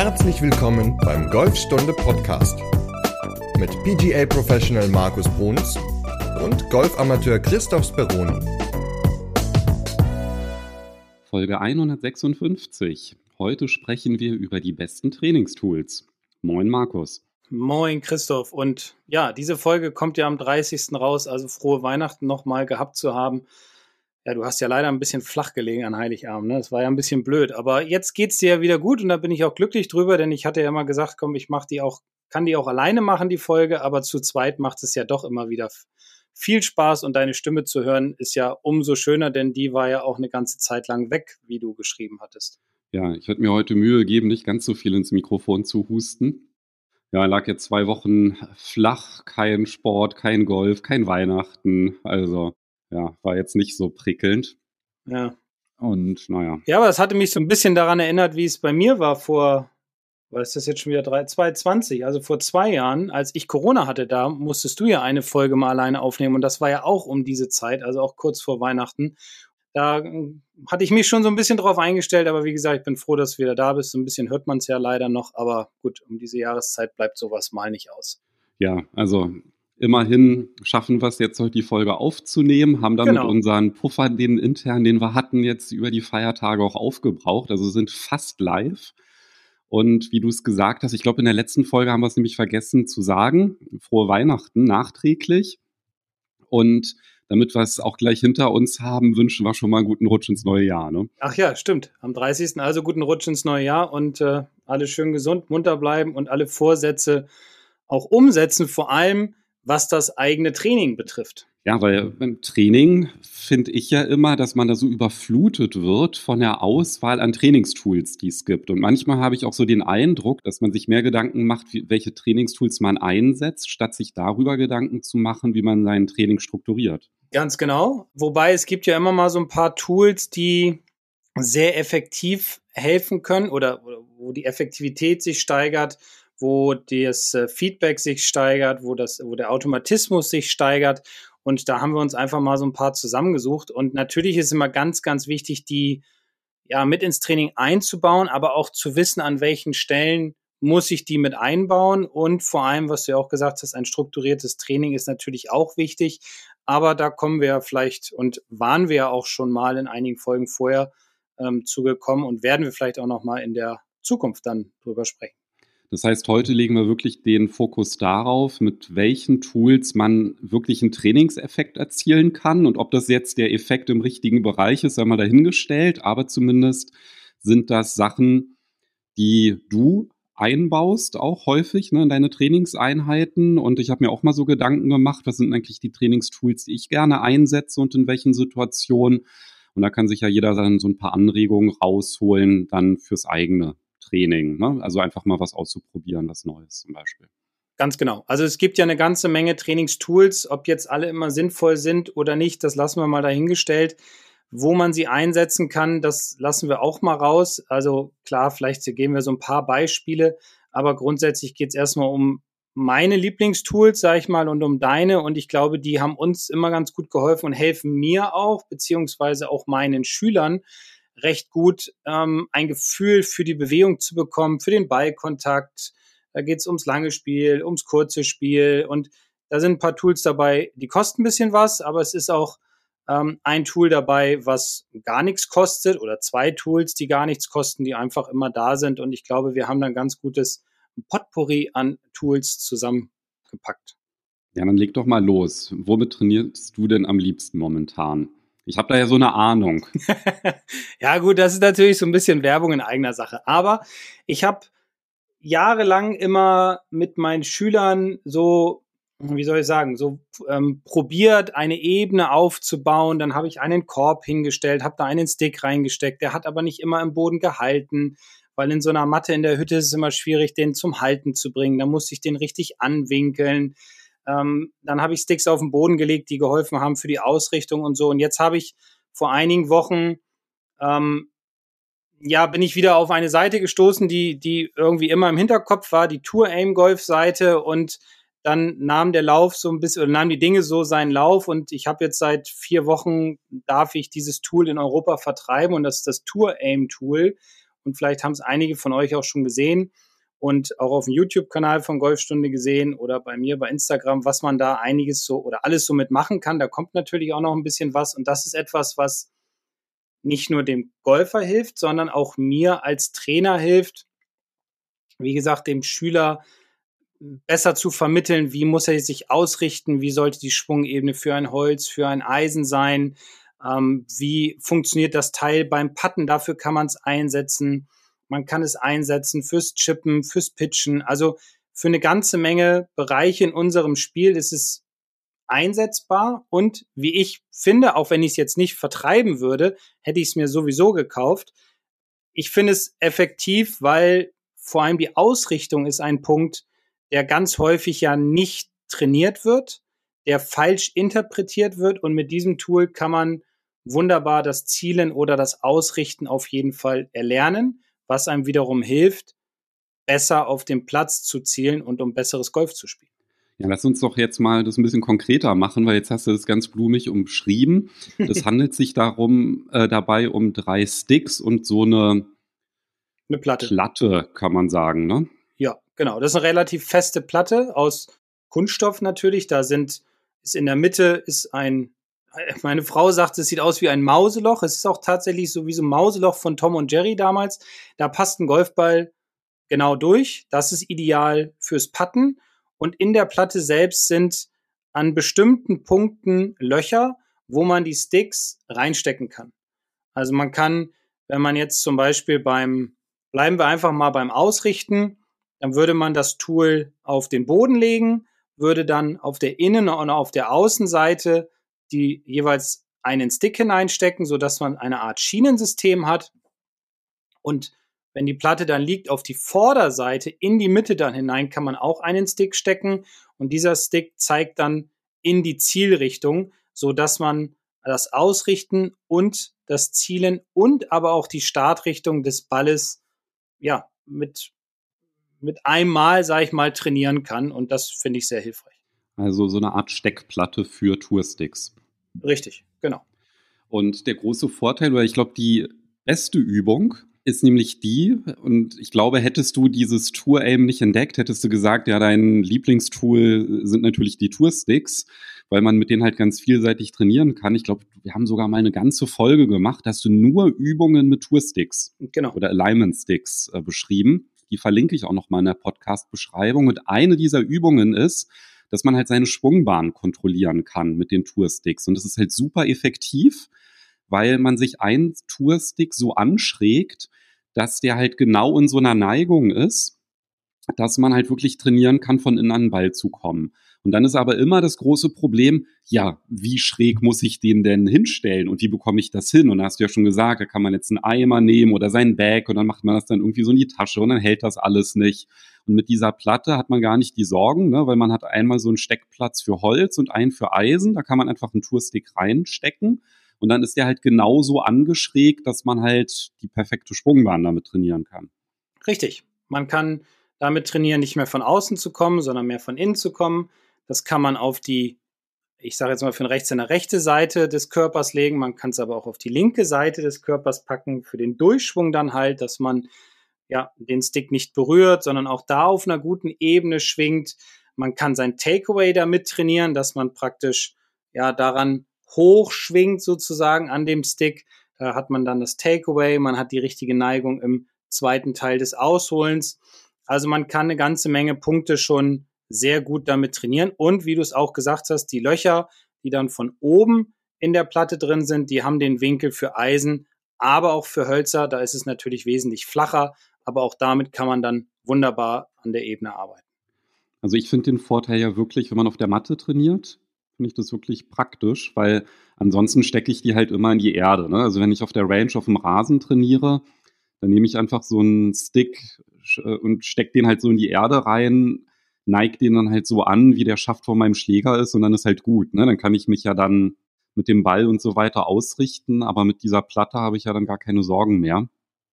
Herzlich willkommen beim Golfstunde Podcast mit PGA Professional Markus Bruns und Golfamateur Christoph Speroni. Folge 156. Heute sprechen wir über die besten Trainingstools. Moin Markus. Moin Christoph. Und ja, diese Folge kommt ja am 30. raus, also frohe Weihnachten nochmal gehabt zu haben. Ja, du hast ja leider ein bisschen flach gelegen an Heiligabend, ne? Das war ja ein bisschen blöd. Aber jetzt geht's dir ja wieder gut und da bin ich auch glücklich drüber, denn ich hatte ja mal gesagt, komm, kann die auch alleine machen, die Folge, aber zu zweit macht es ja doch immer wieder viel Spaß und deine Stimme zu hören ist ja umso schöner, denn die war ja auch eine ganze Zeit lang weg, wie du geschrieben hattest. Ja, ich werde mir heute Mühe gegeben, nicht ganz so viel ins Mikrofon zu husten. Ja, lag jetzt 2 Wochen flach, kein Sport, kein Golf, kein Weihnachten, also ja, war jetzt nicht so prickelnd. Ja. Und naja. Ja, aber das hatte mich so ein bisschen daran erinnert, wie es bei mir war was ist das jetzt schon wieder 2020, also vor 2 Jahren, als ich Corona hatte, da musstest du ja eine Folge mal alleine aufnehmen und das war ja auch um diese Zeit, also auch kurz vor Weihnachten. Da hatte ich mich schon so ein bisschen drauf eingestellt, aber wie gesagt, ich bin froh, dass du wieder da bist. So ein bisschen hört man es ja leider noch, aber gut, um diese Jahreszeit bleibt sowas mal nicht aus. Ja, also immerhin schaffen wir es jetzt heute die Folge aufzunehmen, haben damit unseren Puffer, den wir hatten, jetzt über die Feiertage auch aufgebraucht, also sind fast live. Und wie du es gesagt hast, ich glaube, in der letzten Folge haben wir es nämlich vergessen zu sagen, frohe Weihnachten nachträglich. Und damit wir es auch gleich hinter uns haben, wünschen wir schon mal einen guten Rutsch ins neue Jahr, ne? Ach ja, stimmt. Am 30. also guten Rutsch ins neue Jahr und alle schön gesund, munter bleiben und alle Vorsätze auch umsetzen, vor allem was das eigene Training betrifft. Ja, weil beim Training finde ich ja immer, dass man da so überflutet wird von der Auswahl an Trainingstools, die es gibt. Und manchmal habe ich auch so den Eindruck, dass man sich mehr Gedanken macht, welche Trainingstools man einsetzt, statt sich darüber Gedanken zu machen, wie man sein Training strukturiert. Ganz genau. Wobei es gibt ja immer mal so ein paar Tools, die sehr effektiv helfen können oder wo die Effektivität sich steigert, wo das Feedback sich steigert, wo der Automatismus sich steigert. Und da haben wir uns einfach mal so ein paar zusammengesucht. Und natürlich ist immer ganz, ganz wichtig, die ja mit ins Training einzubauen, aber auch zu wissen, an welchen Stellen muss ich die mit einbauen. Und vor allem, was du ja auch gesagt hast, ein strukturiertes Training ist natürlich auch wichtig. Aber da kommen wir vielleicht und waren wir ja auch schon mal in einigen Folgen vorher zugekommen und werden wir vielleicht auch noch mal in der Zukunft dann drüber sprechen. Das heißt, heute legen wir wirklich den Fokus darauf, mit welchen Tools man wirklich einen Trainingseffekt erzielen kann. Und ob das jetzt der Effekt im richtigen Bereich ist, sei mal dahingestellt. Aber zumindest sind das Sachen, die du einbaust, auch häufig, ne, in deine Trainingseinheiten. Und ich habe mir auch mal so Gedanken gemacht, was sind eigentlich die Trainingstools, die ich gerne einsetze und in welchen Situationen. Und da kann sich ja jeder dann so ein paar Anregungen rausholen, dann fürs eigene Training, ne? Also einfach mal was auszuprobieren, was Neues zum Beispiel. Ganz genau. Also es gibt ja eine ganze Menge Trainingstools, ob jetzt alle immer sinnvoll sind oder nicht, das lassen wir mal dahingestellt. Wo man sie einsetzen kann, das lassen wir auch mal raus. Also klar, vielleicht geben wir so ein paar Beispiele, aber grundsätzlich geht es erstmal um meine Lieblingstools, sage ich mal, und um deine. Und ich glaube, die haben uns immer ganz gut geholfen und helfen mir auch, beziehungsweise auch meinen Schülern, recht gut ein Gefühl für die Bewegung zu bekommen, für den Ballkontakt. Da geht es ums lange Spiel, ums kurze Spiel und da sind ein paar Tools dabei, die kosten ein bisschen was, aber es ist auch ein Tool dabei, was gar nichts kostet oder 2 Tools, die gar nichts kosten, die einfach immer da sind und ich glaube, wir haben dann ganz gutes Potpourri an Tools zusammengepackt. Ja, dann leg doch mal los. Womit trainierst du denn am liebsten momentan? Ich habe da ja so eine Ahnung. Ja gut, das ist natürlich so ein bisschen Werbung in eigener Sache. Aber ich habe jahrelang immer mit meinen Schülern so, wie soll ich sagen, so probiert, eine Ebene aufzubauen. Dann habe ich einen Korb hingestellt, habe da einen Stick reingesteckt. Der hat aber nicht immer im Boden gehalten, weil in so einer Matte in der Hütte ist es immer schwierig, den zum Halten zu bringen. Da musste ich den richtig anwinkeln. Dann habe ich Sticks auf den Boden gelegt, die geholfen haben für die Ausrichtung und so. Und jetzt habe ich vor einigen Wochen, bin ich wieder auf eine Seite gestoßen, die irgendwie immer im Hinterkopf war, die Tour Aim Golf Seite. Und dann nahm der Lauf so ein bisschen, oder nahmen die Dinge so seinen Lauf. Und ich habe jetzt seit 4 Wochen, darf ich dieses Tool in Europa vertreiben. Und das ist das Tour Aim Tool. und vielleicht haben es einige von euch auch schon gesehen und auch auf dem YouTube-Kanal von Golfstunde gesehen oder bei mir bei Instagram, was man da einiges so oder alles so mitmachen kann. Da kommt natürlich auch noch ein bisschen was und das ist etwas, was nicht nur dem Golfer hilft, sondern auch mir als Trainer hilft, wie gesagt, dem Schüler besser zu vermitteln, wie muss er sich ausrichten, wie sollte die Schwungebene für ein Holz, für ein Eisen sein, wie funktioniert das Teil beim Putten, dafür kann man es einsetzen. Man kann es einsetzen fürs Chippen, fürs Pitchen, also für eine ganze Menge Bereiche in unserem Spiel ist es einsetzbar und wie ich finde, auch wenn ich es jetzt nicht vertreiben würde, hätte ich es mir sowieso gekauft. Ich finde es effektiv, weil vor allem die Ausrichtung ist ein Punkt, der ganz häufig ja nicht trainiert wird, der falsch interpretiert wird und mit diesem Tool kann man wunderbar das Zielen oder das Ausrichten auf jeden Fall erlernen, was einem wiederum hilft, besser auf dem Platz zu zielen und um besseres Golf zu spielen. Ja, lass uns doch jetzt mal das ein bisschen konkreter machen, weil jetzt hast du das ganz blumig umschrieben. Es handelt sich dabei um 3 Sticks und so eine Platte, kann man sagen, ne? Ja, genau. Das ist eine relativ feste Platte aus Kunststoff natürlich. Ist in der Mitte meine Frau sagt, es sieht aus wie ein Mauseloch. Es ist auch tatsächlich so wie so ein Mauseloch von Tom und Jerry damals. Da passt ein Golfball genau durch. Das ist ideal fürs Putten. Und in der Platte selbst sind an bestimmten Punkten Löcher, wo man die Sticks reinstecken kann. Also man kann, wenn man jetzt zum Beispiel bleiben wir einfach mal beim Ausrichten, dann würde man das Tool auf den Boden legen, würde dann auf der Innen- und auf der Außenseite die jeweils einen Stick hineinstecken, sodass man eine Art Schienensystem hat. Und wenn die Platte dann liegt, auf die Vorderseite in die Mitte dann hinein, kann man auch einen Stick stecken. Und dieser Stick zeigt dann in die Zielrichtung, sodass man das Ausrichten und das Zielen und aber auch die Startrichtung des Balles ja mit einmal, sage ich mal, trainieren kann. Und das finde ich sehr hilfreich. Also so eine Art Steckplatte für Toursticks. Richtig, genau. Und der große Vorteil, oder ich glaube, die beste Übung ist nämlich die, und ich glaube, hättest du dieses Tour-Aim nicht entdeckt, hättest du gesagt, ja, dein Lieblingstool sind natürlich die Toursticks, weil man mit denen halt ganz vielseitig trainieren kann. Ich glaube, wir haben sogar mal eine ganze Folge gemacht, hast du nur Übungen mit Toursticks oder Alignment-Sticks beschrieben. Die verlinke ich auch noch mal in der Podcast-Beschreibung. Und eine dieser Übungen ist, dass man halt seine Schwungbahn kontrollieren kann mit den Toursticks. Und das ist halt super effektiv, weil man sich einen Tourstick so anschrägt, dass der halt genau in so einer Neigung ist, dass man halt wirklich trainieren kann, von innen an den Ball zu kommen. Und dann ist aber immer das große Problem, ja, wie schräg muss ich den denn hinstellen und wie bekomme ich das hin? Und da hast du ja schon gesagt, da kann man jetzt einen Eimer nehmen oder sein Bag und dann macht man das dann irgendwie so in die Tasche und dann hält das alles nicht. Und mit dieser Platte hat man gar nicht die Sorgen, ne, weil man hat einmal so einen Steckplatz für Holz und einen für Eisen, da kann man einfach einen Tourstick reinstecken. Und dann ist der halt genauso angeschrägt, dass man halt die perfekte Schwungbahn damit trainieren kann. Richtig. Man kann damit trainieren, nicht mehr von außen zu kommen, sondern mehr von innen zu kommen. Das kann man auf die, ich sage jetzt mal für den eine rechte Seite des Körpers legen. Man kann es aber auch auf die linke Seite des Körpers packen, für den Durchschwung dann halt, dass man ja den Stick nicht berührt, sondern auch da auf einer guten Ebene schwingt. Man kann sein Takeaway damit trainieren, dass man praktisch ja daran hochschwingt sozusagen an dem Stick. Da hat man dann das Takeaway, man hat die richtige Neigung im zweiten Teil des Ausholens. Also man kann eine ganze Menge Punkte schon sehr gut damit trainieren. Und wie du es auch gesagt hast, die Löcher, die dann von oben in der Platte drin sind, die haben den Winkel für Eisen, aber auch für Hölzer. Da ist es natürlich wesentlich flacher, aber auch damit kann man dann wunderbar an der Ebene arbeiten. Also ich finde den Vorteil ja wirklich, wenn man auf der Matte trainiert, finde ich das wirklich praktisch, weil ansonsten stecke ich die halt immer in die Erde. Ne? Also wenn ich auf der Range auf dem Rasen trainiere, dann nehme ich einfach so einen Stick und stecke den halt so in die Erde rein, neige den dann halt so an, wie der Schaft von meinem Schläger ist und dann ist halt gut. Ne? Dann kann ich mich ja dann mit dem Ball und so weiter ausrichten, aber mit dieser Platte habe ich ja dann gar keine Sorgen mehr.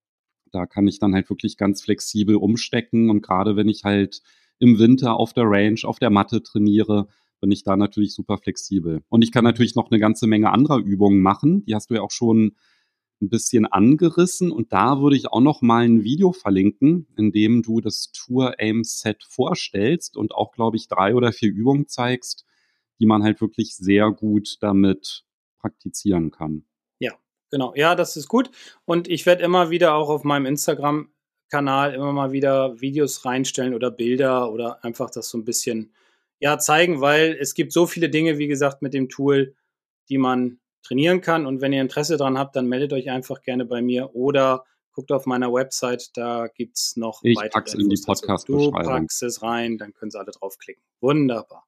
Da kann ich dann halt wirklich ganz flexibel umstecken und gerade wenn ich halt im Winter auf der Range, auf der Matte trainiere, bin ich da natürlich super flexibel. Und ich kann natürlich noch eine ganze Menge anderer Übungen machen. Die hast du ja auch schon ein bisschen angerissen und da würde ich auch noch mal ein Video verlinken, in dem du das Tour Aim Set vorstellst und auch, glaube ich, 3 oder 4 Übungen zeigst, die man halt wirklich sehr gut damit praktizieren kann. Ja, genau. Ja, das ist gut. Und ich werde immer wieder auch auf meinem Instagram-Kanal immer mal wieder Videos reinstellen oder Bilder oder einfach das so ein bisschen zeigen, weil es gibt so viele Dinge, wie gesagt, mit dem Tool, die man trainieren kann. Und wenn ihr Interesse dran habt, dann meldet euch einfach gerne bei mir oder guckt auf meiner Website, da gibt es noch Ich weitere pack's in die Infos dazu. Du Podcast-Beschreibung. packst es rein, dann können sie alle draufklicken. Wunderbar.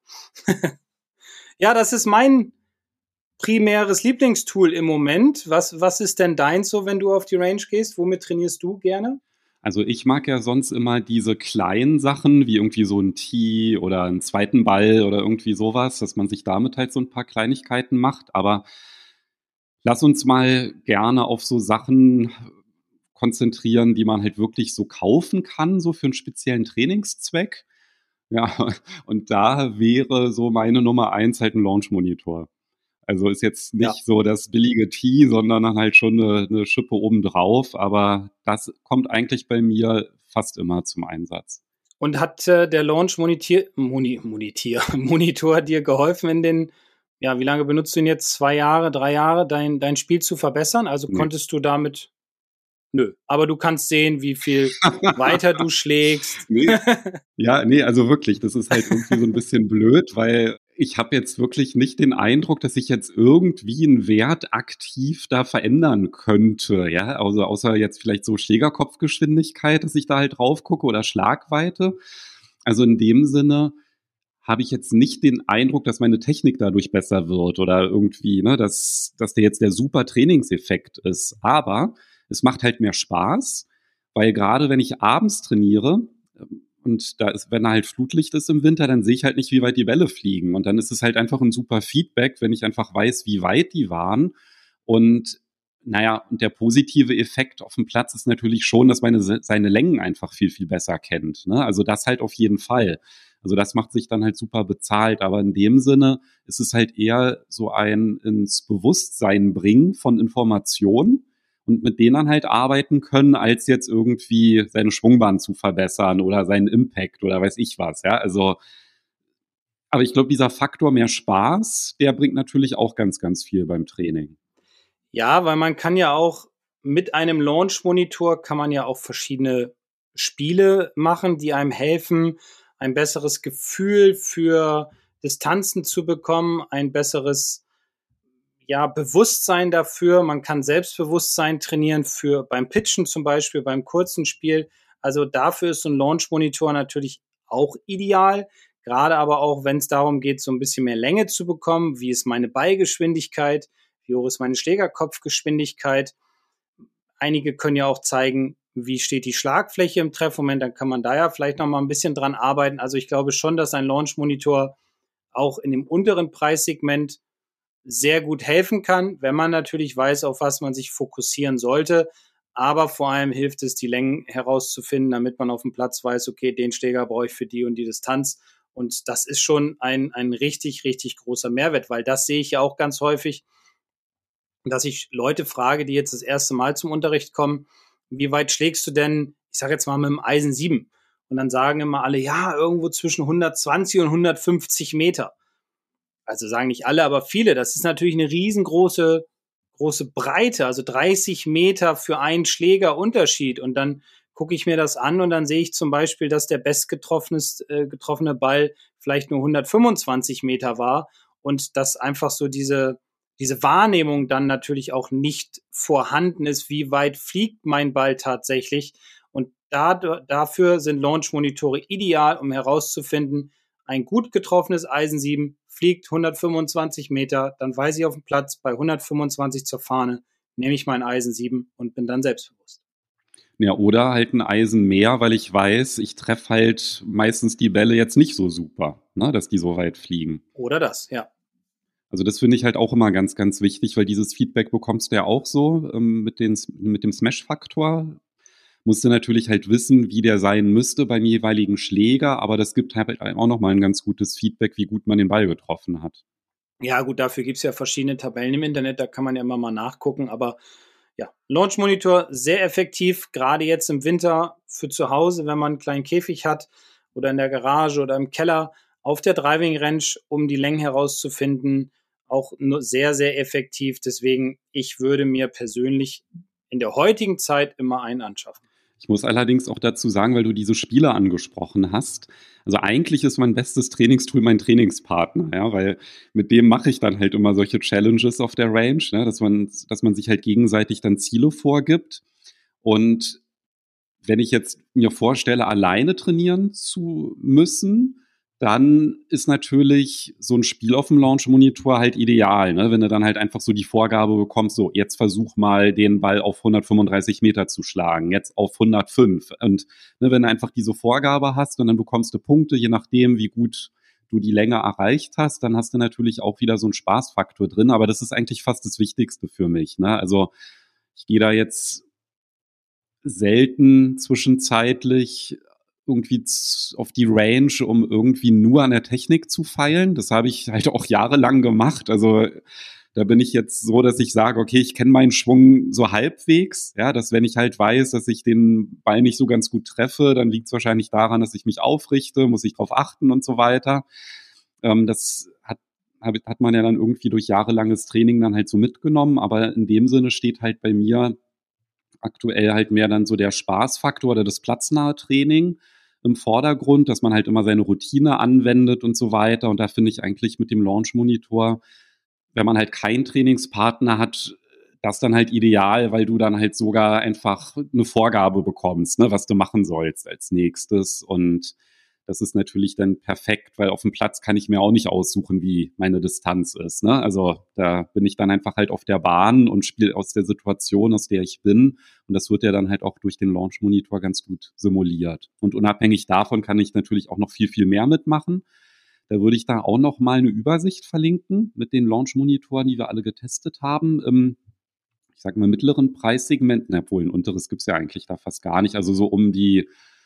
Ja, das ist mein primäres Lieblingstool im Moment. Was ist denn deins so, wenn du auf die Range gehst? Womit trainierst du gerne? Also ich mag ja sonst immer diese kleinen Sachen, wie irgendwie so ein Tee oder einen zweiten Ball oder irgendwie sowas, dass man sich damit halt so ein paar Kleinigkeiten macht. Aber lass uns mal gerne auf so Sachen konzentrieren, die man halt wirklich so kaufen kann, so für einen speziellen Trainingszweck. Ja, und da wäre so meine Nummer 1 halt ein Launch-Monitor. Also ist jetzt nicht so das billige Tee, sondern dann halt schon eine Schippe obendrauf. Aber das kommt eigentlich bei mir fast immer zum Einsatz. Und hat der Launch-Monitor dir geholfen in den, wie lange benutzt du ihn jetzt? 2 Jahre, 3 Jahre, dein Spiel zu verbessern? Also konntest du damit... Nö, aber du kannst sehen, wie viel weiter du schlägst. Also wirklich, das ist halt irgendwie so ein bisschen blöd, weil ich habe jetzt wirklich nicht den Eindruck, dass ich jetzt irgendwie einen Wert aktiv da verändern könnte, ja, also außer jetzt vielleicht so Schlägerkopfgeschwindigkeit, dass ich da halt drauf gucke oder Schlagweite. Also in dem Sinne habe ich jetzt nicht den Eindruck, dass meine Technik dadurch besser wird oder irgendwie, ne, dass der jetzt der super Trainingseffekt ist. Aber es macht halt mehr Spaß, weil gerade wenn ich abends trainiere und wenn da halt Flutlicht ist im Winter, dann sehe ich halt nicht, wie weit die Bälle fliegen. Und dann ist es halt einfach ein super Feedback, wenn ich einfach weiß, wie weit die waren. Und und der positive Effekt auf dem Platz ist natürlich schon, dass man seine Längen einfach viel, viel besser kennt. Ne? Also das halt auf jeden Fall. Also das macht sich dann halt super bezahlt. Aber in dem Sinne ist es halt eher so ein ins Bewusstsein bringen von Informationen und mit denen dann halt arbeiten können, als jetzt irgendwie seine Schwungbahn zu verbessern oder seinen Impact oder weiß ich was. Ja, also, aber ich glaube, dieser Faktor mehr Spaß, der bringt natürlich auch ganz, ganz viel beim Training. Ja, weil man kann ja auch mit einem Launch-Monitor kann man ja auch verschiedene Spiele machen, die einem helfen, ein besseres Gefühl für Distanzen zu bekommen, ein besseres Bewusstsein dafür. Man kann Selbstbewusstsein trainieren beim Pitchen zum Beispiel, beim kurzen Spiel. Also dafür ist so ein Launch-Monitor natürlich auch ideal. Gerade aber auch, wenn es darum geht, so ein bisschen mehr Länge zu bekommen. Wie ist meine Ballgeschwindigkeit? Wie hoch ist meine Schlägerkopfgeschwindigkeit? Einige können ja auch zeigen, wie steht die Schlagfläche im Treffmoment. Dann kann man da ja vielleicht noch mal ein bisschen dran arbeiten. Also ich glaube schon, dass ein Launch-Monitor auch in dem unteren Preissegment sehr gut helfen kann, wenn man natürlich weiß, auf was man sich fokussieren sollte. Aber vor allem hilft es, die Längen herauszufinden, damit man auf dem Platz weiß, okay, den Schläger brauche ich für die und die Distanz. Und das ist schon ein richtig, richtig großer Mehrwert, weil das sehe ich ja auch ganz häufig, dass ich Leute frage, die jetzt das erste Mal zum Unterricht kommen, wie weit schlägst du denn, ich sage jetzt mal mit dem Eisen 7? Und dann sagen immer alle, ja, irgendwo zwischen 120 und 150 Meter. Also sagen nicht alle, aber viele. Das ist natürlich eine riesengroße Breite, also 30 Meter für einen Schläger Unterschied. Und dann gucke ich mir das an und dann sehe ich zum Beispiel, dass der getroffene Ball vielleicht nur 125 Meter war und dass einfach so diese Wahrnehmung dann natürlich auch nicht vorhanden ist, wie weit fliegt mein Ball tatsächlich. Und dafür sind Launch-Monitore ideal, um herauszufinden, ein gut getroffenes Eisen 7 fliegt 125 Meter, dann weiß ich auf dem Platz bei 125 zur Fahne, nehme ich mein Eisen 7 und bin dann selbstbewusst. Ja, oder halt ein Eisen mehr, weil ich weiß, ich treffe halt meistens die Bälle jetzt nicht so super, ne, dass die so weit fliegen. Oder das, ja. Also das finde ich halt auch immer ganz, ganz wichtig, weil dieses Feedback bekommst du ja auch so mit dem Smash-Faktor. Musst du natürlich halt wissen, wie der sein müsste beim jeweiligen Schläger, aber das gibt halt auch nochmal ein ganz gutes Feedback, wie gut man den Ball getroffen hat. Ja gut, dafür gibt es ja verschiedene Tabellen im Internet, da kann man ja immer mal nachgucken, aber ja, Launch Monitor sehr effektiv, gerade jetzt im Winter für zu Hause, wenn man einen kleinen Käfig hat oder in der Garage oder im Keller auf der Driving Range, um die Längen herauszufinden, auch nur sehr, sehr effektiv. Deswegen, ich würde mir persönlich in der heutigen Zeit immer einen anschaffen. Ich muss allerdings auch dazu sagen, weil du diese Spiele angesprochen hast. Also eigentlich ist mein bestes Trainingstool mein Trainingspartner, ja, weil mit dem mache ich dann halt immer solche Challenges auf der Range, ne, dass man sich halt gegenseitig dann Ziele vorgibt. Und wenn ich jetzt mir vorstelle, alleine trainieren zu müssen, dann ist natürlich so ein Spiel auf dem Launch-Monitor halt ideal, ne? Wenn du dann halt einfach so die Vorgabe bekommst, so jetzt versuch mal den Ball auf 135 Meter zu schlagen, jetzt auf 105. Und ne, wenn du einfach diese Vorgabe hast und dann bekommst du Punkte, je nachdem, wie gut du die Länge erreicht hast, dann hast du natürlich auch wieder so einen Spaßfaktor drin. Aber das ist eigentlich fast das Wichtigste für mich, ne? Also ich gehe da jetzt selten zwischenzeitlich irgendwie auf die Range, um irgendwie nur an der Technik zu feilen. Das habe ich halt auch jahrelang gemacht. Also da bin ich jetzt so, dass ich sage, okay, ich kenne meinen Schwung so halbwegs. Ja, dass wenn ich halt weiß, dass ich den Ball nicht so ganz gut treffe, dann liegt es wahrscheinlich daran, dass ich mich aufrichte, muss ich drauf achten und so weiter. Das hat man ja dann irgendwie durch jahrelanges Training dann halt so mitgenommen. Aber in dem Sinne steht halt bei mir aktuell halt mehr dann so der Spaßfaktor oder das platznahe Training im Vordergrund, dass man halt immer seine Routine anwendet und so weiter. Und da finde ich eigentlich mit dem Launch-Monitor, wenn man halt keinen Trainingspartner hat, das dann halt ideal, weil du dann halt sogar einfach eine Vorgabe bekommst, ne, was du machen sollst als nächstes. Und das ist natürlich dann perfekt, weil auf dem Platz kann ich mir auch nicht aussuchen, wie meine Distanz ist, ne? Also da bin ich dann einfach halt auf der Bahn und spiele aus der Situation, aus der ich bin. Und das wird ja dann halt auch durch den Launch Monitor ganz gut simuliert. Und unabhängig davon kann ich natürlich auch noch viel, viel mehr mitmachen. Da würde ich da auch noch mal eine Übersicht verlinken mit den Launch Monitoren, die wir alle getestet haben. Ich sage mal mittleren Preissegment, obwohl ein unteres gibt es ja eigentlich da fast gar nicht. Also so um die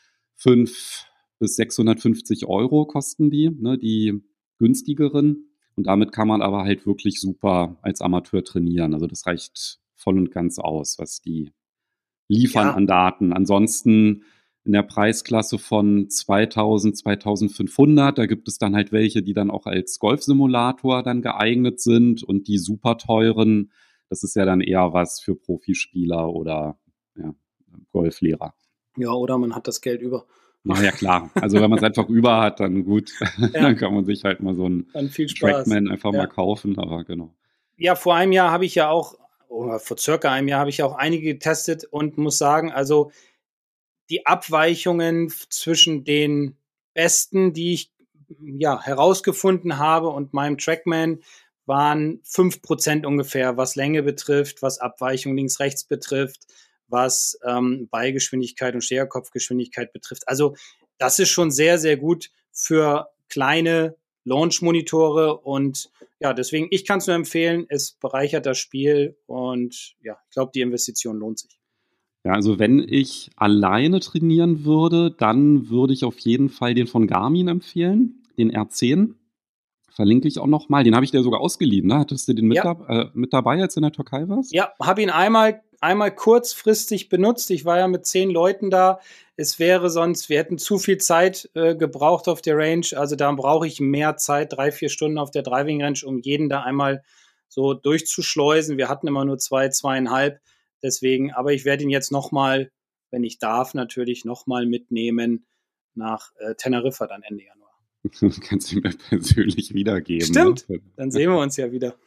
5 bis 650 Euro kosten die, ne, die günstigeren. Und damit kann man aber halt wirklich super als Amateur trainieren. Also das reicht voll und ganz aus, was die liefern an Daten. Ansonsten in der Preisklasse von 2000, 2500, da gibt es dann halt welche, die dann auch als Golfsimulator dann geeignet sind. Und die super teuren, das ist ja dann eher was für Profispieler oder ja, Golflehrer. Ja, oder man hat das Geld über. Ja, klar. Also wenn man es einfach über hat, dann gut. Ja. Dann kann man sich halt mal so einen Trackman einfach mal kaufen. Aber genau. Ja, vor einem Jahr habe ich ja auch, oder vor circa einem Jahr habe ich ja auch einige getestet und muss sagen, also die Abweichungen zwischen den besten, die ich ja herausgefunden habe und meinem Trackman waren 5% ungefähr, was Länge betrifft, was Abweichung links-rechts betrifft, was Ballgeschwindigkeit und Steherkopfgeschwindigkeit betrifft. Also das ist schon sehr, sehr gut für kleine Launch-Monitore und ja, deswegen, ich kann es nur empfehlen, es bereichert das Spiel und ja, ich glaube, die Investition lohnt sich. Ja, also wenn ich alleine trainieren würde, dann würde ich auf jeden Fall den von Garmin empfehlen, den R10. Verlinke ich auch noch mal. Den habe ich dir sogar ausgeliehen, ne? Hattest du den mit dabei, als du in der Türkei warst? Ja, habe ihn einmal kurzfristig benutzt. Ich war ja mit 10 Leuten da. Es wäre sonst, wir hätten zu viel Zeit gebraucht auf der Range. Also da brauche ich mehr Zeit, 3-4 Stunden auf der Driving Range, um jeden da einmal so durchzuschleusen. Wir hatten immer nur 2,5. Deswegen, aber ich werde ihn jetzt nochmal, wenn ich darf, natürlich nochmal mitnehmen nach Teneriffa dann Ende Januar. Kannst du mir persönlich wiedergeben. Stimmt, ne? Dann sehen wir uns ja wieder.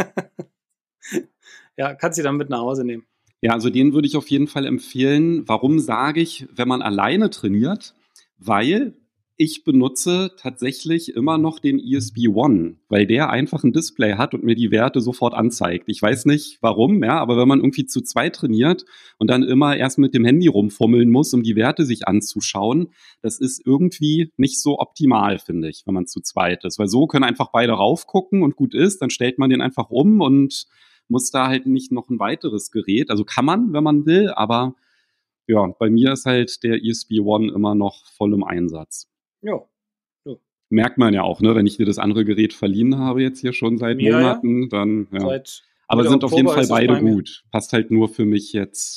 Ja, kannst du dann mit nach Hause nehmen. Ja, also den würde ich auf jeden Fall empfehlen. Warum sage ich, wenn man alleine trainiert? Weil ich benutze tatsächlich immer noch den ESP One, weil der einfach ein Display hat und mir die Werte sofort anzeigt. Ich weiß nicht warum, ja, aber wenn man irgendwie zu zweit trainiert und dann immer erst mit dem Handy rumfummeln muss, um die Werte sich anzuschauen, das ist irgendwie nicht so optimal, finde ich, wenn man zu zweit ist. Weil so können einfach beide raufgucken und gut ist, dann stellt man den einfach um und muss da halt nicht noch ein weiteres Gerät. Also kann man, wenn man will, aber ja, bei mir ist halt der ESP One immer noch voll im Einsatz. Ja. Merkt man ja auch, ne? Wenn ich dir das andere Gerät verliehen habe, jetzt hier schon seit Monaten, dann ja. Seit Aber Mitte sind auf jeden Oktober Fall ist es beide bei mir. gut. Passt halt nur für mich jetzt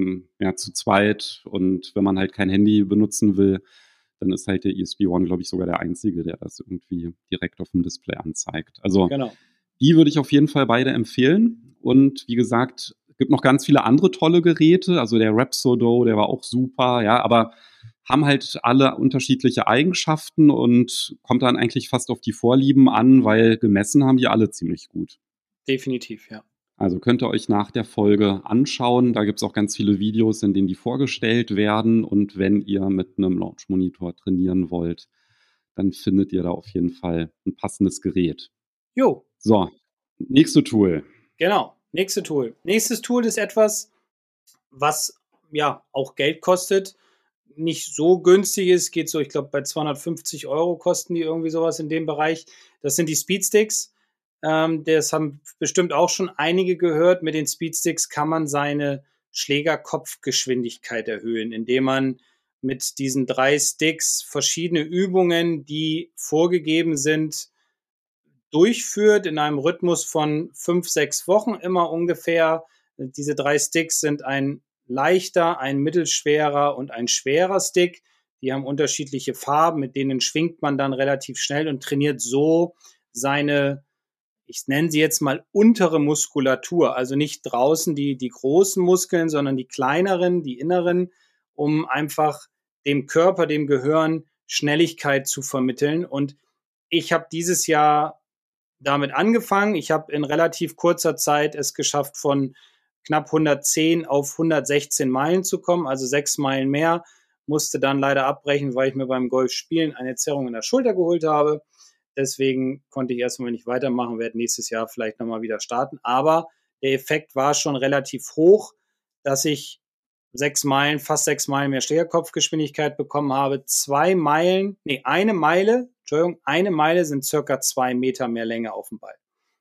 zu zweit. Und wenn man halt kein Handy benutzen will, dann ist halt der ESP One, glaube ich, sogar der einzige, der das irgendwie direkt auf dem Display anzeigt. Also Genau. die würde ich auf jeden Fall beide empfehlen. Und wie gesagt, es gibt noch ganz viele andere tolle Geräte. Also der Rapsodo, der war auch super, ja, aber haben halt alle unterschiedliche Eigenschaften und kommt dann eigentlich fast auf die Vorlieben an, weil gemessen haben die alle ziemlich gut. Definitiv, ja. Also könnt ihr euch nach der Folge anschauen. Da gibt es auch ganz viele Videos, in denen die vorgestellt werden. Und wenn ihr mit einem Launch-Monitor trainieren wollt, dann findet ihr da auf jeden Fall ein passendes Gerät. Jo. So, nächste Tool. Genau, nächstes Tool. Nächstes Tool ist etwas, was ja auch Geld kostet. Nicht so günstig ist, geht so, ich glaube, bei 250 € kosten die irgendwie sowas in dem Bereich. Das sind die Speedsticks. Das haben bestimmt auch schon einige gehört. Mit den Speedsticks kann man seine Schlägerkopfgeschwindigkeit erhöhen, indem man mit diesen 3 Sticks verschiedene Übungen, die vorgegeben sind, durchführt in einem Rhythmus von 5, 6 Wochen immer ungefähr. Diese 3 Sticks sind ein leichter, ein mittelschwerer und ein schwerer Stick. Die haben unterschiedliche Farben, mit denen schwingt man dann relativ schnell und trainiert so seine, ich nenne sie jetzt mal untere Muskulatur, also nicht draußen die großen Muskeln, sondern die kleineren, die inneren, um einfach dem Körper, dem Gehirn Schnelligkeit zu vermitteln. Und ich habe dieses Jahr damit angefangen. Ich habe in relativ kurzer Zeit es geschafft, von knapp 110 auf 116 Meilen zu kommen, also 6 Meilen mehr. Musste dann leider abbrechen, weil ich mir beim Golfspielen eine Zerrung in der Schulter geholt habe. Deswegen konnte ich erstmal nicht weitermachen, werde nächstes Jahr vielleicht nochmal wieder starten. Aber der Effekt war schon relativ hoch, dass ich 6 Meilen, fast 6 Meilen mehr Schlägerkopfgeschwindigkeit bekommen habe. Eine Meile sind circa 2 Meter mehr Länge auf dem Ball.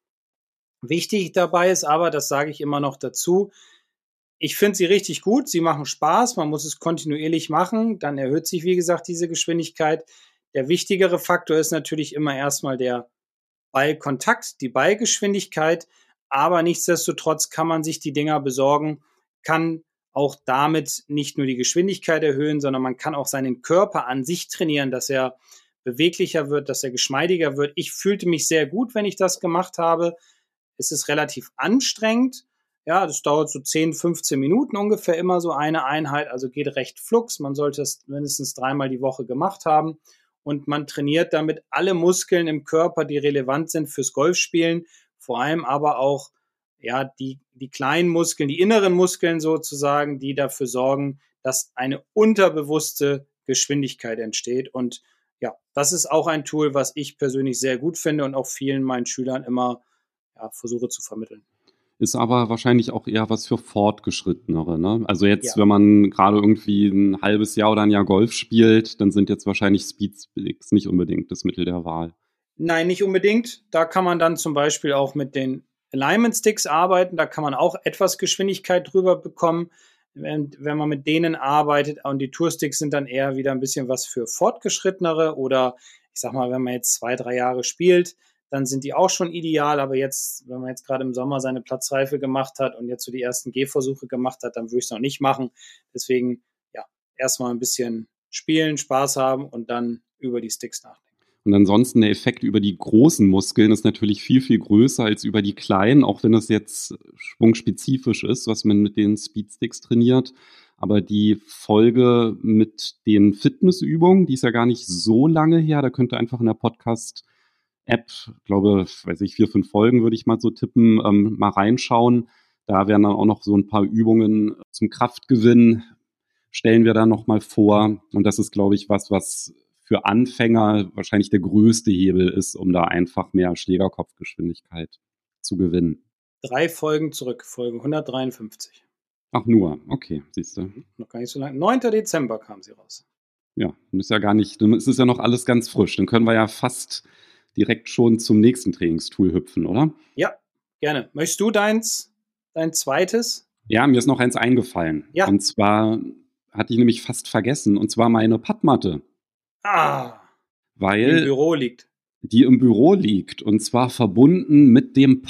Wichtig dabei ist aber, das sage ich immer noch dazu, ich finde sie richtig gut, sie machen Spaß, man muss es kontinuierlich machen, dann erhöht sich, wie gesagt, diese Geschwindigkeit. Der wichtigere Faktor ist natürlich immer erstmal der Ballkontakt, die Ballgeschwindigkeit, aber nichtsdestotrotz kann man sich die Dinger besorgen, kann auch damit nicht nur die Geschwindigkeit erhöhen, sondern man kann auch seinen Körper an sich trainieren, dass er beweglicher wird, dass er geschmeidiger wird. Ich fühlte mich sehr gut, wenn ich das gemacht habe. Es ist relativ anstrengend. Ja, das dauert so 10, 15 Minuten ungefähr immer so eine Einheit, also geht recht flugs. Man sollte es mindestens 3-mal die Woche gemacht haben und man trainiert damit alle Muskeln im Körper, die relevant sind fürs Golfspielen, vor allem aber auch ja, die kleinen Muskeln, die inneren Muskeln sozusagen, die dafür sorgen, dass eine unterbewusste Geschwindigkeit entsteht. Und ja, das ist auch ein Tool, was ich persönlich sehr gut finde und auch vielen meinen Schülern immer versuche zu vermitteln. Ist aber wahrscheinlich auch eher was für Fortgeschrittenere, ne? Also jetzt, Ja. wenn man gerade irgendwie ein halbes Jahr oder ein Jahr Golf spielt, dann sind jetzt wahrscheinlich Speedsticks nicht unbedingt das Mittel der Wahl. Nein, nicht unbedingt. Da kann man dann zum Beispiel auch mit den Alignment Sticks arbeiten. Da kann man auch etwas Geschwindigkeit drüber bekommen, wenn man mit denen arbeitet. Und die Toursticks sind dann eher wieder ein bisschen was für Fortgeschrittenere oder ich sag mal, wenn man jetzt 2, 3 Jahre spielt, dann sind die auch schon ideal. Aber jetzt, wenn man jetzt gerade im Sommer seine Platzreife gemacht hat und jetzt so die ersten Gehversuche gemacht hat, dann würde ich es noch nicht machen. Deswegen, ja, erstmal ein bisschen spielen, Spaß haben und dann über die Sticks nachdenken. Und ansonsten der Effekt über die großen Muskeln ist natürlich viel, viel größer als über die kleinen, auch wenn das jetzt schwungspezifisch ist, was man mit den Speedsticks trainiert. Aber die Folge mit den Fitnessübungen, die ist ja gar nicht so lange her. Da könnt ihr einfach in der Podcast-App, glaube, weiß ich, 4, 5 Folgen würde ich mal so tippen, mal reinschauen. Da werden dann auch noch so ein paar Übungen zum Kraftgewinn, stellen wir da nochmal vor. Und das ist, glaube ich, was für Anfänger wahrscheinlich der größte Hebel ist, um da einfach mehr Schlägerkopfgeschwindigkeit zu gewinnen. 3 Folgen zurück, Folge 153. Ach nur, okay, siehst du. Noch gar nicht so lange. 9. Dezember kam sie raus. Ja, ist ja gar nicht, es ist ja noch alles ganz frisch. Dann können wir ja fast direkt schon zum nächsten Trainingstool hüpfen, oder? Ja, gerne. Möchtest du dein zweites? Ja, mir ist noch eins eingefallen. Ja. Und zwar hatte ich nämlich fast vergessen, und zwar meine Paddmatte. Die im Weil, Büro liegt. die im Büro liegt, und zwar verbunden mit dem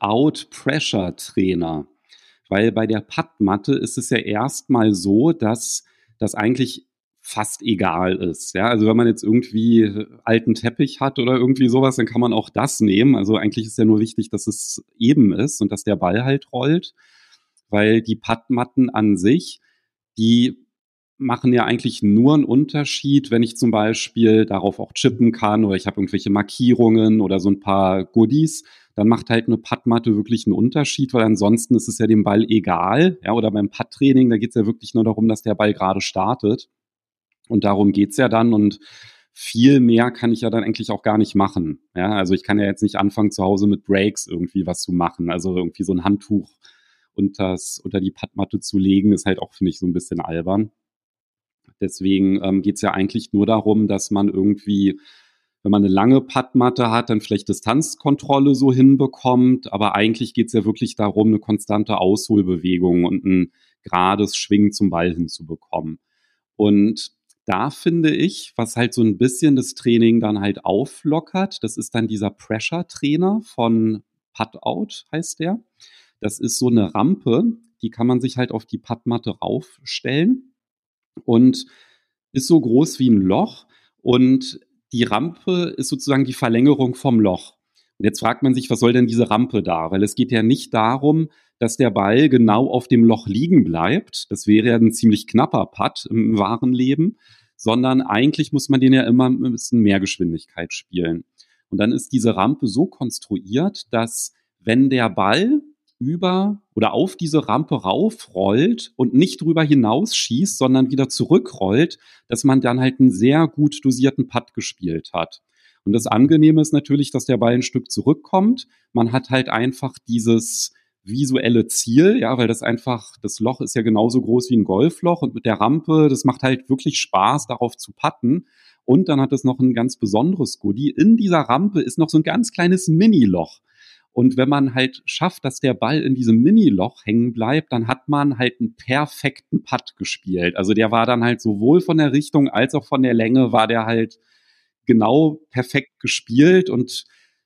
Putt-Out-Pressure-Trainer. Weil bei der Puttmatte ist es ja erstmal so, dass das eigentlich fast egal ist. Ja, also wenn man jetzt irgendwie alten Teppich hat oder irgendwie sowas, dann kann man auch das nehmen. Also eigentlich ist ja nur wichtig, dass es eben ist und dass der Ball halt rollt, weil die Puttmatten an sich, die machen ja eigentlich nur einen Unterschied, wenn ich zum Beispiel darauf auch chippen kann oder ich habe irgendwelche Markierungen oder so ein paar Goodies, dann macht halt eine Puttmatte wirklich einen Unterschied, weil ansonsten ist es ja dem Ball egal. Ja, oder beim Putttraining, da geht es ja wirklich nur darum, dass der Ball gerade startet. Und darum geht's ja dann. Und viel mehr kann ich ja dann eigentlich auch gar nicht machen. Ja, also ich kann ja jetzt nicht anfangen, zu Hause mit Breaks irgendwie was zu machen. Also irgendwie so ein Handtuch unter die Puttmatte zu legen, ist halt auch, finde ich, so ein bisschen albern. Deswegen geht's ja eigentlich nur darum, dass man irgendwie, wenn man eine lange Puttmatte hat, dann vielleicht Distanzkontrolle so hinbekommt. Aber eigentlich geht's ja wirklich darum, eine konstante Ausholbewegung und ein gerades Schwingen zum Ball hinzubekommen. Und da finde ich, was halt so ein bisschen das Training dann halt auflockert, das ist dann dieser Pressure-Trainer von Putt-Out, heißt der. Das ist so eine Rampe, die kann man sich halt auf die Puttmatte raufstellen und ist so groß wie ein Loch, und die Rampe ist sozusagen die Verlängerung vom Loch. Und jetzt fragt man sich, was soll denn diese Rampe da? Weil es geht ja nicht darum, dass der Ball genau auf dem Loch liegen bleibt. Das wäre ja ein ziemlich knapper Putt im wahren Leben, sondern eigentlich muss man den ja immer ein bisschen mehr Geschwindigkeit spielen. Und dann ist diese Rampe so konstruiert, dass wenn der Ball über oder auf diese Rampe raufrollt und nicht drüber hinausschießt, sondern wieder zurückrollt, dass man dann halt einen sehr gut dosierten Putt gespielt hat. Und das Angenehme ist natürlich, dass der Ball ein Stück zurückkommt. Man hat halt einfach dieses visuelle Ziel, ja, weil das Loch ist ja genauso groß wie ein Golfloch, und mit der Rampe, das macht halt wirklich Spaß, darauf zu putten. Und dann hat es noch ein ganz besonderes Goodie. In dieser Rampe ist noch so ein ganz kleines Mini-Loch. Und wenn man halt schafft, dass der Ball in diesem Mini-Loch hängen bleibt, dann hat man halt einen perfekten Putt gespielt. Also der war dann halt sowohl von der Richtung als auch von der Länge war der halt genau perfekt gespielt. Und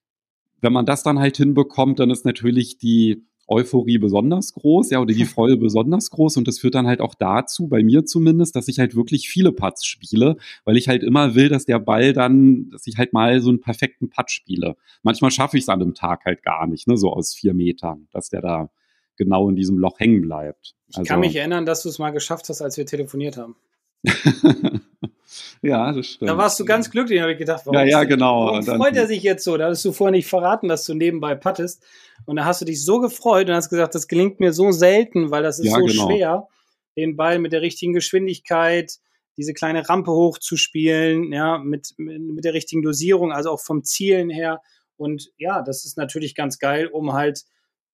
wenn man das dann halt hinbekommt, dann ist natürlich die Euphorie besonders groß, ja, oder die Freude besonders groß, und das führt dann halt auch dazu, bei mir zumindest, dass ich halt wirklich viele Putts spiele, weil ich halt immer will, dass ich halt mal so einen perfekten Putt spiele. Manchmal schaffe ich es an einem Tag halt gar nicht, ne, so aus 4 Metern, dass der da genau in diesem Loch hängen bleibt. Ich kann mich erinnern, dass du es mal geschafft hast, als wir telefoniert haben. Ja, das stimmt. Da warst du ganz glücklich, habe ich gedacht, genau. Warum freut er sich jetzt so? Da hast du vorher nicht verraten, dass du nebenbei puttest. Und da hast du dich so gefreut und hast gesagt, das gelingt mir so selten, weil das ist schwer, den Ball mit der richtigen Geschwindigkeit, diese kleine Rampe hochzuspielen, ja, mit der richtigen Dosierung, also auch vom Zielen her. Und ja, das ist natürlich ganz geil, um halt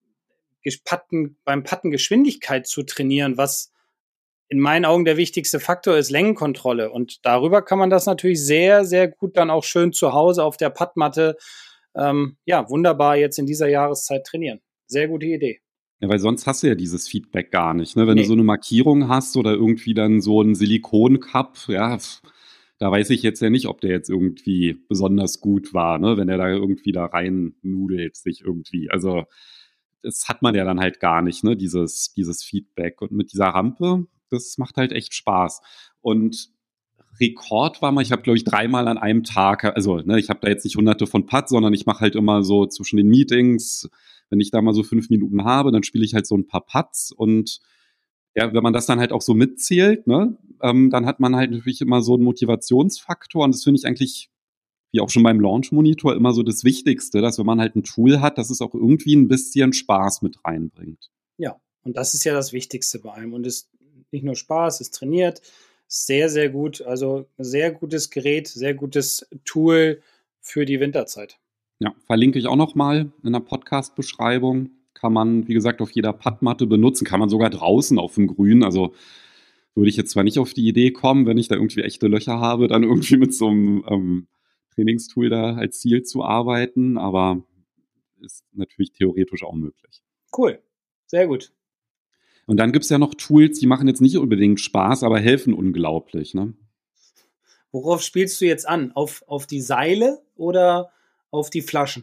beim Putten Geschwindigkeit zu trainieren, was in meinen Augen der wichtigste Faktor ist, Längenkontrolle. Und darüber kann man das natürlich sehr, sehr gut dann auch schön zu Hause auf der Puttmatte, wunderbar jetzt in dieser Jahreszeit trainieren. Sehr gute Idee. Ja, weil sonst hast du ja dieses Feedback gar nicht, ne? Wenn du so eine Markierung hast oder irgendwie dann so einen Silikoncup, ja, da weiß ich jetzt ja nicht, ob der jetzt irgendwie besonders gut war, ne? Wenn der da irgendwie da rein nudelt sich irgendwie. Also das hat man ja dann halt gar nicht, ne? Dieses Feedback. Und mit dieser Rampe, das macht halt echt Spaß. Und Rekord war mal, ich habe, glaube ich, 3-mal an einem Tag, also ne, ich habe da jetzt nicht hunderte von Putts, sondern ich mache halt immer so zwischen den Meetings, wenn ich da mal so 5 Minuten habe, dann spiele ich halt so ein paar Putts, und ja, wenn man das dann halt auch so mitzählt, ne, dann hat man halt natürlich immer so einen Motivationsfaktor, und das finde ich eigentlich, wie auch schon beim Launch-Monitor, immer so das Wichtigste, dass wenn man halt ein Tool hat, dass es auch irgendwie ein bisschen Spaß mit reinbringt. Ja, und das ist ja das Wichtigste bei allem. Und es ist nicht nur Spaß, es trainiert, sehr, sehr gut. Also sehr gutes Gerät, sehr gutes Tool für die Winterzeit. Ja, verlinke ich auch nochmal in der Podcast-Beschreibung. Kann man, wie gesagt, auf jeder Puttmatte benutzen. Kann man sogar draußen auf dem Grün. Also würde ich jetzt zwar nicht auf die Idee kommen, wenn ich da irgendwie echte Löcher habe, dann irgendwie mit so einem Trainingstool da als Ziel zu arbeiten. Aber ist natürlich theoretisch auch möglich. Cool, sehr gut. Und dann gibt es ja noch Tools, die machen jetzt nicht unbedingt Spaß, aber helfen unglaublich, ne? Worauf spielst du jetzt an? Auf die Seile oder auf die Flaschen.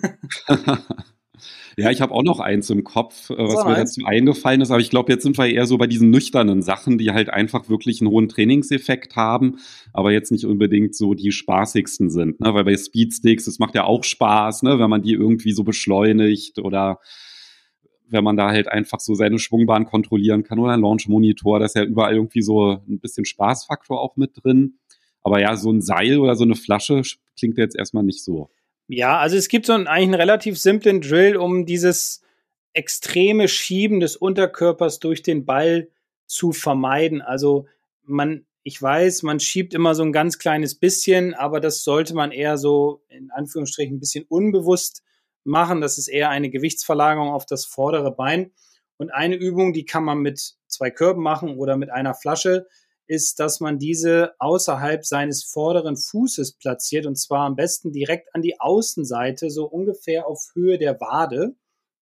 Ja, ich habe auch noch eins im Kopf, was So, mir eins. dazu eingefallen ist, aber ich glaube, jetzt sind wir eher so bei diesen nüchternen Sachen, die halt einfach wirklich einen hohen Trainingseffekt haben, aber jetzt nicht unbedingt so die spaßigsten sind, ne? Weil bei Speedsticks, das macht ja auch Spaß, ne? Wenn man die irgendwie so beschleunigt oder wenn man da halt einfach so seine Schwungbahn kontrollieren kann oder ein Launch-Monitor, da ist ja überall irgendwie so ein bisschen Spaßfaktor auch mit drin. Aber ja, so ein Seil oder so eine Flasche klingt jetzt erstmal nicht so. Ja, also es gibt eigentlich einen relativ simplen Drill, um dieses extreme Schieben des Unterkörpers durch den Ball zu vermeiden. Also ich weiß, man schiebt immer so ein ganz kleines bisschen, aber das sollte man eher so in Anführungsstrichen ein bisschen unbewusst machen. Das ist eher eine Gewichtsverlagerung auf das vordere Bein. Und eine Übung, die kann man mit 2 Körben machen oder mit einer Flasche, ist, dass man diese außerhalb seines vorderen Fußes platziert, und zwar am besten direkt an die Außenseite, so ungefähr auf Höhe der Wade.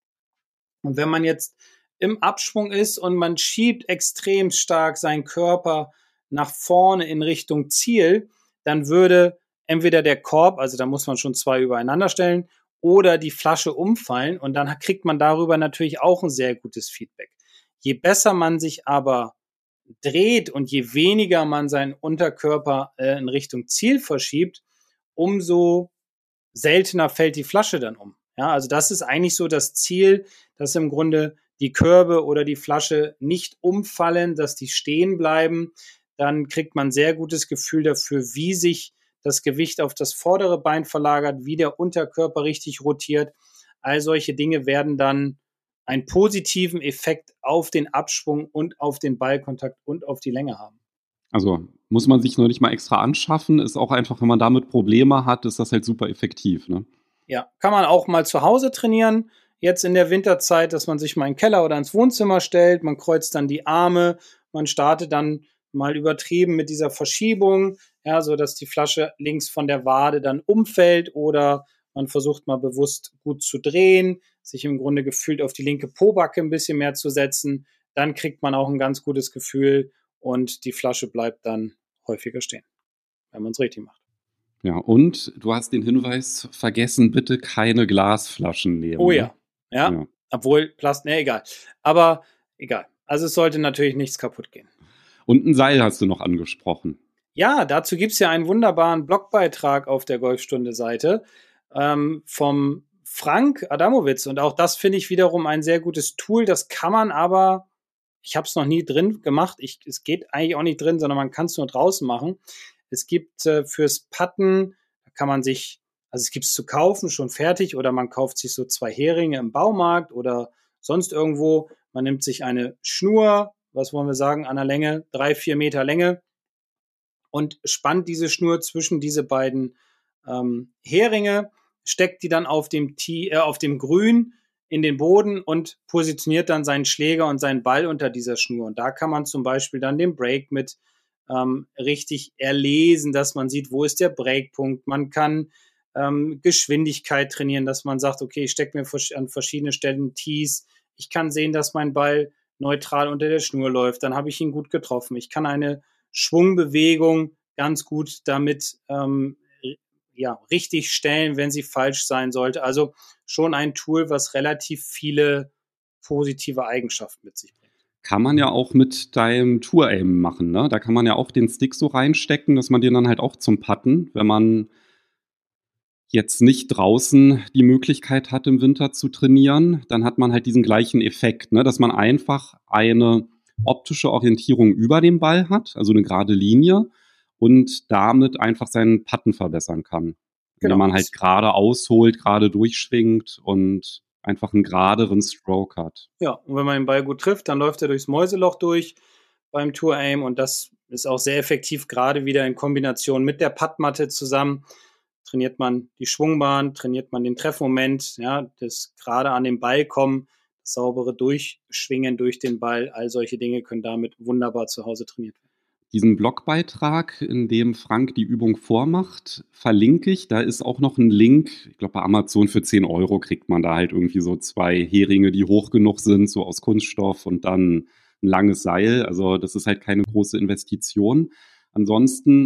Und wenn man jetzt im Abschwung ist und man schiebt extrem stark seinen Körper nach vorne in Richtung Ziel, dann würde entweder der Korb, also da muss man schon 2 übereinander stellen, oder die Flasche umfallen, und dann kriegt man darüber natürlich auch ein sehr gutes Feedback. Je besser man sich aber dreht und je weniger man seinen Unterkörper in Richtung Ziel verschiebt, umso seltener fällt die Flasche dann um. Ja, also das ist eigentlich so das Ziel, dass im Grunde die Körbe oder die Flasche nicht umfallen, dass die stehen bleiben. Dann kriegt man ein sehr gutes Gefühl dafür, wie sich das Gewicht auf das vordere Bein verlagert, wie der Unterkörper richtig rotiert. All solche Dinge werden dann einen positiven Effekt auf den Abschwung und auf den Ballkontakt und auf die Länge haben. Also muss man sich nur nicht mal extra anschaffen, ist auch einfach, wenn man damit Probleme hat, ist das halt super effektiv, ne? Ja, kann man auch mal zu Hause trainieren. Jetzt in der Winterzeit, dass man sich mal in den Keller oder ins Wohnzimmer stellt, man kreuzt dann die Arme, man startet dann mal übertrieben mit dieser Verschiebung, ja, so dass die Flasche links von der Wade dann umfällt, oder man versucht mal bewusst gut zu drehen, sich im Grunde gefühlt auf die linke Pobacke ein bisschen mehr zu setzen. Dann kriegt man auch ein ganz gutes Gefühl und die Flasche bleibt dann häufiger stehen, wenn man es richtig macht. Ja, und du hast den Hinweis vergessen, bitte keine Glasflaschen nehmen. Oh ne? ja, ja. Obwohl Plastik, egal. Aber egal. Also es sollte natürlich nichts kaputt gehen. Und ein Seil hast du noch angesprochen. Ja, dazu gibt es ja einen wunderbaren Blogbeitrag auf der Golfstunde-Seite vom Frank Adamowitz. Und auch das finde ich wiederum ein sehr gutes Tool. Das kann man aber, ich habe es noch nie drin gemacht, es geht eigentlich auch nicht drin, sondern man kann es nur draußen machen. Es gibt fürs Putten, da kann man sich, also es gibt es zu kaufen, schon fertig, oder man kauft sich so 2 Heringe im Baumarkt oder sonst irgendwo. Man nimmt sich eine Schnur, was wollen wir sagen, an der Länge, 3-4 Meter Länge, und spannt diese Schnur zwischen diese beiden Heringe, steckt die dann auf dem Grün in den Boden und positioniert dann seinen Schläger und seinen Ball unter dieser Schnur. Und da kann man zum Beispiel dann den Break mit richtig erlesen, dass man sieht, wo ist der Breakpunkt. Man kann Geschwindigkeit trainieren, dass man sagt, okay, ich stecke mir an verschiedenen Stellen Tees. Ich kann sehen, dass mein Ball neutral unter der Schnur läuft. Dann habe ich ihn gut getroffen. Ich kann eine Schwungbewegung ganz gut damit richtig stellen, wenn sie falsch sein sollte. Also schon ein Tool, was relativ viele positive Eigenschaften mit sich bringt. Kann man ja auch mit deinem Tour-Aim machen, ne? Da kann man ja auch den Stick so reinstecken, dass man den dann halt auch zum Putten, wenn man jetzt nicht draußen die Möglichkeit hat, im Winter zu trainieren, dann hat man halt diesen gleichen Effekt, ne? Dass man einfach eine optische Orientierung über dem Ball hat, also eine gerade Linie, und damit einfach seinen Putten verbessern kann. Genau. Wenn man halt gerade ausholt, gerade durchschwingt und einfach einen geraderen Stroke hat. Ja, und wenn man den Ball gut trifft, dann läuft er durchs Mäuseloch durch beim Tour Aim, und das ist auch sehr effektiv, gerade wieder in Kombination mit der Puttmatte zusammen. Trainiert man die Schwungbahn, trainiert man den Treffmoment, ja, das gerade an den Ball kommen, das saubere Durchschwingen durch den Ball, all solche Dinge können damit wunderbar zu Hause trainiert werden. Diesen Blogbeitrag, in dem Frank die Übung vormacht, verlinke ich. Da ist auch noch ein Link. Ich glaube, bei Amazon für 10 € kriegt man da halt irgendwie so 2 Heringe, die hoch genug sind, so aus Kunststoff, und dann ein langes Seil. Also das ist halt keine große Investition. Ansonsten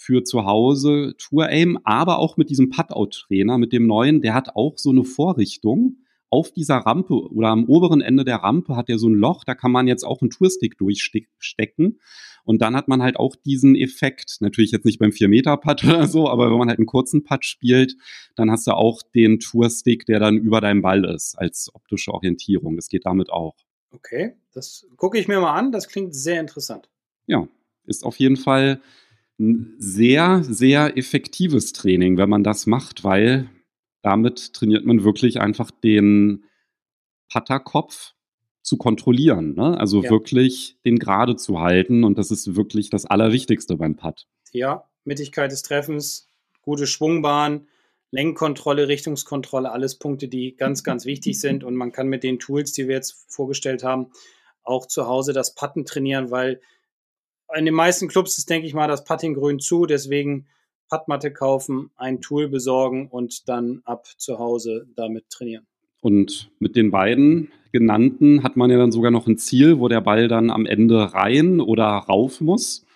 für zu Hause Tour Aim, aber auch mit diesem Putt-Out-Trainer, mit dem neuen, der hat auch so eine Vorrichtung. Auf dieser Rampe oder am oberen Ende der Rampe hat er so ein Loch, da kann man jetzt auch einen Tourstick durchstecken und dann hat man halt auch diesen Effekt, natürlich jetzt nicht beim 4-Meter-Putt oder so, aber wenn man halt einen kurzen Putt spielt, dann hast du auch den Tourstick, der dann über deinem Ball ist, als optische Orientierung. Das geht damit auch. Okay, das gucke ich mir mal an, das klingt sehr interessant. Ja, ist auf jeden Fall ein sehr, sehr effektives Training, wenn man das macht, weil damit trainiert man wirklich einfach den Putterkopf zu kontrollieren, ne? Also wirklich den gerade zu halten und das ist wirklich das Allerwichtigste beim Putt. Ja, Mittigkeit des Treffens, gute Schwungbahn, Lenkkontrolle, Richtungskontrolle, alles Punkte, die ganz, ganz wichtig sind und man kann mit den Tools, die wir jetzt vorgestellt haben, auch zu Hause das Putten trainieren, weil in den meisten Clubs ist, denke ich mal, das Puttinggrün zu, deswegen Puttmatte kaufen, ein Tool besorgen und dann ab zu Hause damit trainieren. Und mit den beiden genannten hat man ja dann sogar noch ein Ziel, wo der Ball dann am Ende rein oder rauf muss.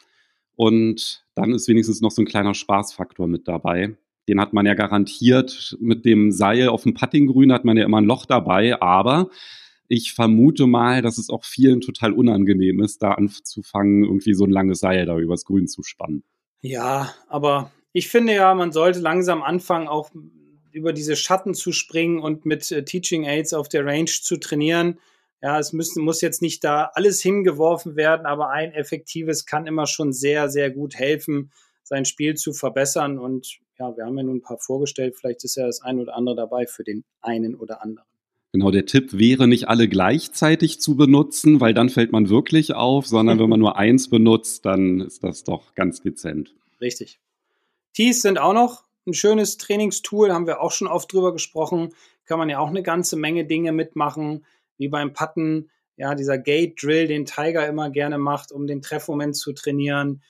Und dann ist wenigstens noch so ein kleiner Spaßfaktor mit dabei. Den hat man ja garantiert. Mit dem Seil auf dem Puttinggrün hat man ja immer ein Loch dabei. Aber ich vermute mal, dass es auch vielen total unangenehm ist, da anzufangen, irgendwie so ein langes Seil da übers Grün zu spannen. Ja, aber ich finde ja, man sollte langsam anfangen, auch über diese Schatten zu springen und mit Teaching Aids auf der Range zu trainieren. Ja, es muss jetzt nicht da alles hingeworfen werden, aber ein effektives kann immer schon sehr, sehr gut helfen, sein Spiel zu verbessern. Und ja, wir haben ja nun ein paar vorgestellt. Vielleicht ist ja das ein oder andere dabei für den einen oder anderen. Genau, der Tipp wäre, nicht alle gleichzeitig zu benutzen, weil dann fällt man wirklich auf, sondern wenn man nur eins benutzt, dann ist das doch ganz dezent. Richtig. Tees sind auch noch ein schönes Trainingstool, haben wir auch schon oft drüber gesprochen. Kann man ja auch eine ganze Menge Dinge mitmachen, wie beim Putten. Ja, dieser Gate-Drill, den Tiger immer gerne macht, um den Treffmoment zu trainieren,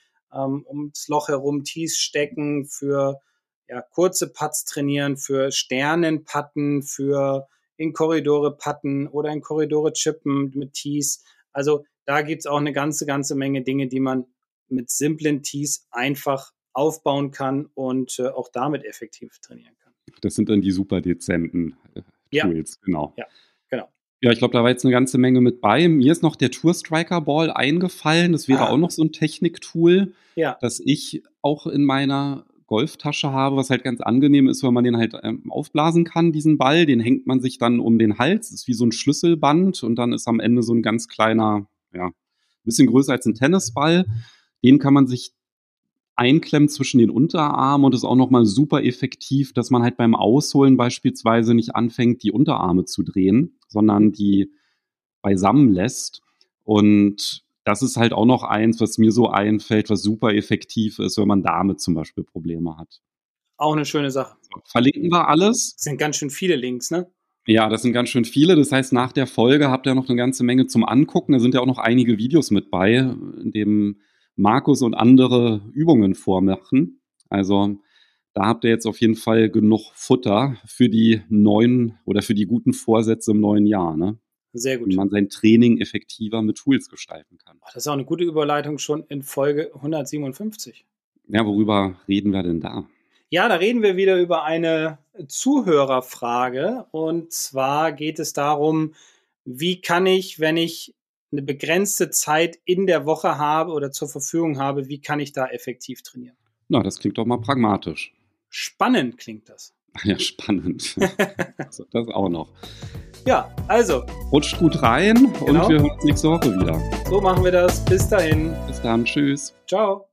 ums Loch herum Tees stecken, für kurze Putts trainieren, für Sternenputten, für in Korridore putten oder in Korridore chippen mit Tees. Also da gibt es auch eine ganze Menge Dinge, die man mit simplen Tees einfach aufbauen kann und auch damit effektiv trainieren kann. Das sind dann die super dezenten Tools, genau. Ja, genau. Ja, ich glaube, da war jetzt eine ganze Menge mit bei. Mir ist noch der Tour Striker Ball eingefallen. Das wäre auch noch so ein Techniktool, das ich auch in meiner Golftasche habe, was halt ganz angenehm ist, weil man den halt aufblasen kann, diesen Ball. Den hängt man sich dann um den Hals. Das ist wie so ein Schlüsselband und dann ist am Ende so ein ganz kleiner, ein bisschen größer als ein Tennisball. Den kann man sich einklemmen zwischen den Unterarmen und ist auch nochmal super effektiv, dass man halt beim Ausholen beispielsweise nicht anfängt, die Unterarme zu drehen, sondern die beisammen lässt. Und das ist halt auch noch eins, was mir so einfällt, was super effektiv ist, wenn man damit zum Beispiel Probleme hat. Auch eine schöne Sache. Verlinken wir alles. Das sind ganz schön viele Links, ne? Ja, das sind ganz schön viele. Das heißt, nach der Folge habt ihr noch eine ganze Menge zum Angucken. Da sind ja auch noch einige Videos mit bei, in dem Markus und andere Übungen vormachen. Also da habt ihr jetzt auf jeden Fall genug Futter für die neuen oder für die guten Vorsätze im neuen Jahr, ne? Sehr gut. Wie man sein Training effektiver mit Tools gestalten kann. Das ist auch eine gute Überleitung schon in Folge 157. Ja, worüber reden wir denn da? Ja, da reden wir wieder über eine Zuhörerfrage. Und zwar geht es darum, wie kann ich, wenn ich eine begrenzte Zeit in der Woche habe oder zur Verfügung habe, wie kann ich da effektiv trainieren? Na, das klingt doch mal pragmatisch. Spannend klingt das. Ja, spannend. Das auch noch. Ja, also. Rutscht gut rein und wir hören uns nächste Woche wieder. So machen wir das. Bis dahin. Bis dann. Tschüss. Ciao.